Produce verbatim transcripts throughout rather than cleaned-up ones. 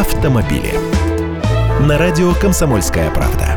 автомобили. На радио «Комсомольская правда».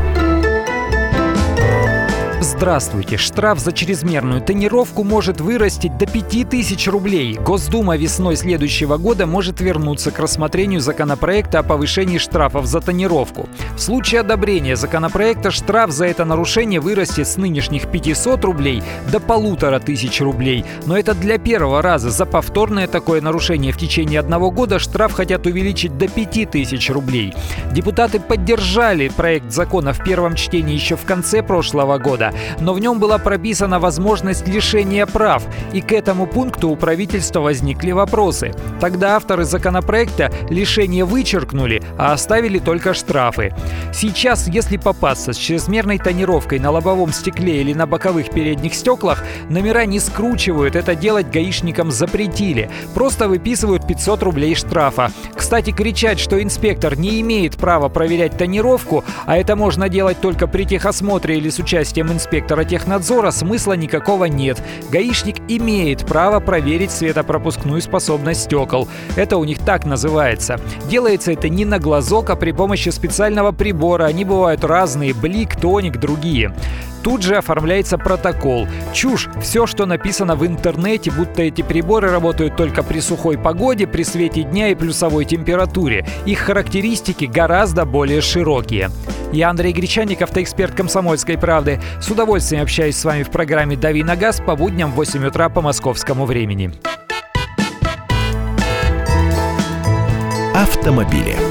Здравствуйте. Штраф за чрезмерную тонировку может вырасти до пяти тысяч рублей. Госдума весной следующего года может вернуться к рассмотрению законопроекта о повышении штрафов за тонировку. В случае одобрения законопроекта штраф за это нарушение вырастет с нынешних пятисот рублей до полутора тысяч рублей. Но это для первого раза. За повторное такое нарушение в течение одного года штраф хотят увеличить до пяти тысяч рублей. Депутаты поддержали проект закона в первом чтении еще в конце прошлого года. Но в нем была прописана возможность лишения прав, и к этому пункту у правительства возникли вопросы. Тогда авторы законопроекта лишение вычеркнули, а оставили только штрафы. Сейчас, если попасться с чрезмерной тонировкой на лобовом стекле или на боковых передних стеклах, номера не скручивают, это делать гаишникам запретили. Просто выписывают пятьсот рублей штрафа. Кстати, кричать, что инспектор не имеет права проверять тонировку, а это можно делать только при техосмотре или с участием инспектора, инспектора технадзора, смысла никакого нет. Гаишник имеет право проверить светопропускную способность стекол. Это у них так называется. Делается это не на глазок, а при помощи специального прибора. Они бывают разные: блик, тоник, другие. Тут же оформляется протокол. Чушь. Все, что написано в интернете, будто эти приборы работают только при сухой погоде, при свете дня и плюсовой температуре. Их характеристики гораздо более широкие. Я Андрей Гречанник, автоэксперт «Комсомольской правды». С удовольствием общаюсь с вами в программе «Дави на газ» по будням в восемь утра по московскому времени. Автомобили.